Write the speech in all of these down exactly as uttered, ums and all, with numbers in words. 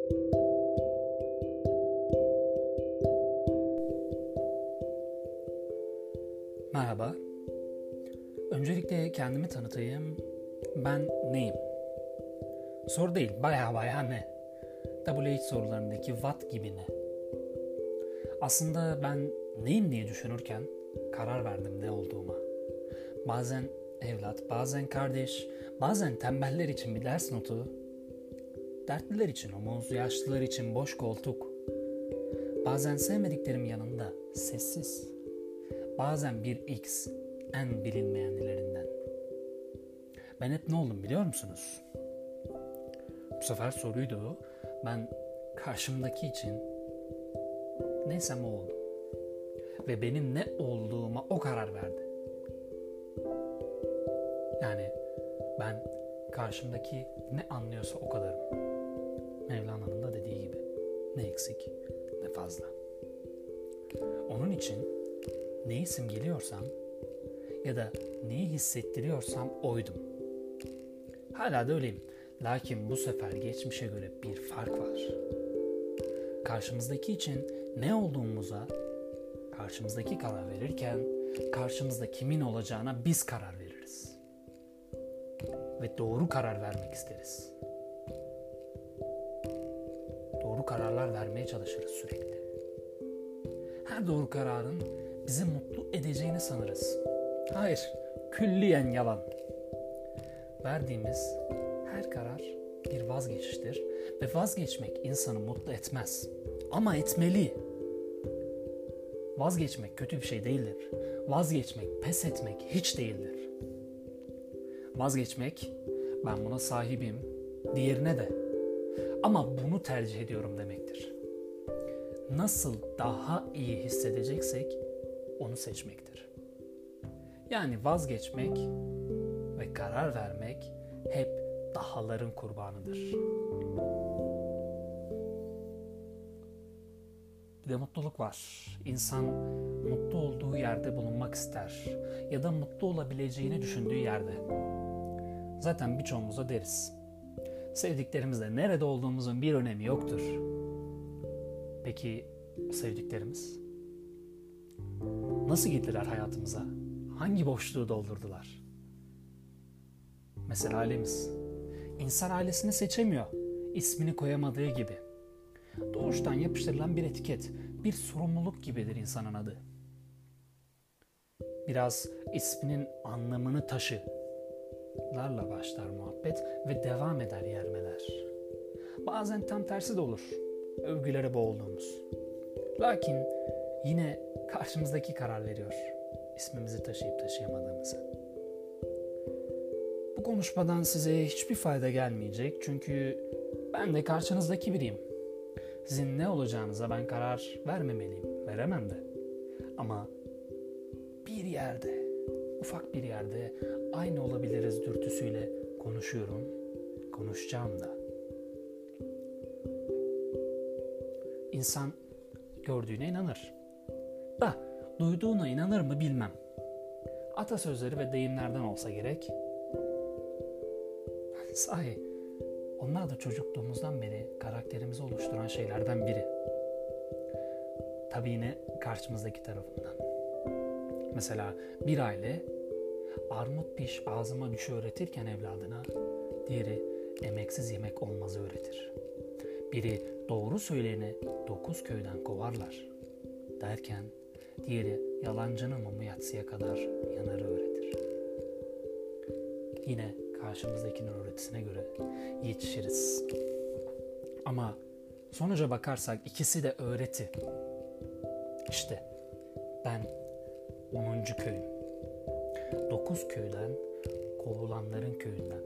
Merhaba. Öncelikle kendimi tanıtayım. Ben neyim? Soru değil, baya baya ne? W H sorularındaki what gibi ne? Aslında ben neyim diye düşünürken karar verdim ne olduğuma. Bazen evlat, bazen kardeş, bazen tembeller için bir ders notu, dertliler için omuz, yaşlılar için boş koltuk, bazen sevmediklerim yanında sessiz, bazen bir X, en bilinmeyenlerinden. Ben hep ne oldum biliyor musunuz? Bu sefer soruydu o. Ben karşımdaki için neysem o oldum. Ve benim ne olduğuma o karar verdi. Yani ben karşımdaki ne anlıyorsa o kadarım. Mevlana'nın da dediği gibi. Ne eksik ne fazla. Onun için neyi simgeliyorsam ya da neyi hissettiriyorsam oydum. Hala da öyleyim. Lakin bu sefer geçmişe göre bir fark var. Karşımızdaki için ne olduğumuza, karşımızdaki karar verirken karşımızda kimin olacağına biz karar veririz. Ve doğru karar vermek isteriz. Doğru kararlar vermeye çalışırız sürekli. Her doğru kararın bizi mutlu edeceğini sanırız. Hayır, külliyen yalan. Verdiğimiz her karar bir vazgeçiştir ve vazgeçmek insanı mutlu etmez. Ama etmeli. Vazgeçmek kötü bir şey değildir. Vazgeçmek, pes etmek hiç değildir. Vazgeçmek, ben buna sahibim, diğerine de. Ama bunu tercih ediyorum demektir. Nasıl daha iyi hissedeceksek onu seçmektir. Yani vazgeçmek ve karar vermek hep dahaların kurbanıdır. Bir de mutluluk var. İnsan mutlu olduğu yerde bulunmak ister ya da mutlu olabileceğini düşündüğü yerde. Zaten birçoğumuza deriz. Sevdiklerimizle nerede olduğumuzun bir önemi yoktur. Peki sevdiklerimiz? Nasıl girdiler hayatımıza? Hangi boşluğu doldurdular? Mesela ailemiz. İnsan ailesini seçemiyor. İsmini koyamadığı gibi. Doğuştan yapıştırılan bir etiket, bir sorumluluk gibidir insanın adı. Biraz isminin anlamını taşılarla başlar muhabbet ve devam eder yermeler. Bazen tam tersi de olur. Övgülere boğulduğumuz. Lakin yine karşımızdaki karar veriyor. İsmimizi taşıyıp taşıyamadığımızı. Bu konuşmadan size hiçbir fayda gelmeyecek. Çünkü ben de karşınızdaki biriyim. Sizin ne olacağınıza ben karar vermemeliyim. Veremem de. Ama bir yerde, ufak bir yerde aynı olabiliriz dürtüsüyle konuşuyorum. Konuşacağım da. İnsan gördüğüne inanır. Da duyduğuna inanır mı bilmem. Atasözleri ve deyimlerden olsa gerek. Sahi, onlar da çocukluğumuzdan beri karakterimizi oluşturan şeylerden biri. Tabii yine karşımızdaki tarafından. Mesela bir aile armut piş ağzıma düş öğretirken evladına, diğeri emeksiz yemek olmazı öğretir. Biri doğru söyleyeni dokuz köyden kovarlar derken diğeri yalancının mumu yatsıya kadar yanarı öğretir. Yine karşımızdakinin öğretisine göre yetişiriz. Ama sonuca bakarsak ikisi de öğreti. İşte ben onuncu köyüm. Dokuz köyden kovulanların köyünden.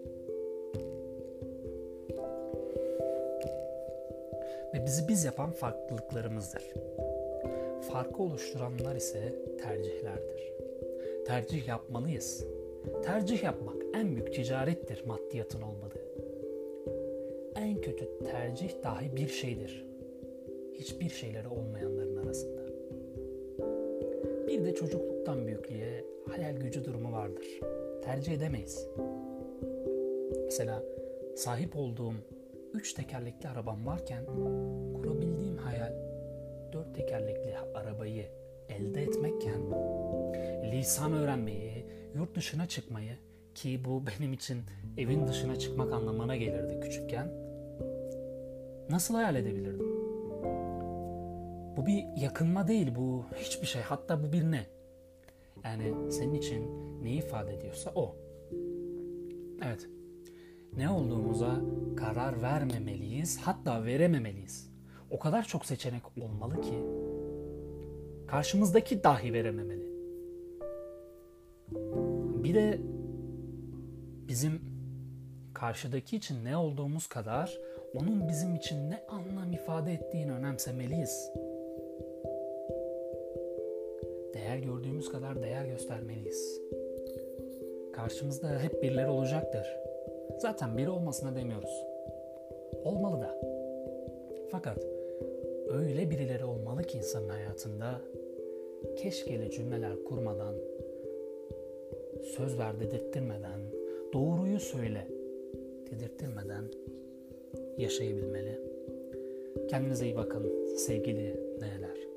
Ve bizi biz yapan farklılıklarımızdır. Farkı oluşturanlar ise tercihlerdir. Tercih yapmalıyız. Tercih yapmak en büyük ticarettir maddiyatın olmadığı. En kötü tercih dahi bir şeydir. Hiçbir şeyleri olmayanların arasında. Bir de çocukluktan büyüklüğe hayal gücü durumu vardır. Tercih edemeyiz. Mesela sahip olduğum üç tekerlekli arabam varken kurabildiğim hayal dört tekerlekli arabayı elde etmekken lisan öğrenmeyi, yurt dışına çıkmayı, ki bu benim için evin dışına çıkmak anlamına gelirdi küçükken, nasıl hayal edebilirdim? Bu bir yakınma değil, bu hiçbir şey. Hatta bu bir ne? Yani senin için ne ifade ediyorsa o. Evet, ne olduğumuza karar vermemeliyiz, hatta verememeliyiz. O kadar çok seçenek olmalı ki karşımızdaki dahi verememeli. Bir de bizim karşıdaki için ne olduğumuz kadar onun bizim için ne anlam ifade ettiğini önemsemeliyiz. Değer gördüğümüz kadar değer göstermeliyiz. Karşımızda hep birileri olacaktır. Zaten biri olmasına demiyoruz. Olmalı da. Fakat öyle birileri olmalı ki insanın hayatında keşkeli cümleler kurmadan, söz ver dedirttirmeden, doğruyu söyle dedirttirmeden yaşayabilmeli. Kendinize iyi bakın sevgili neler.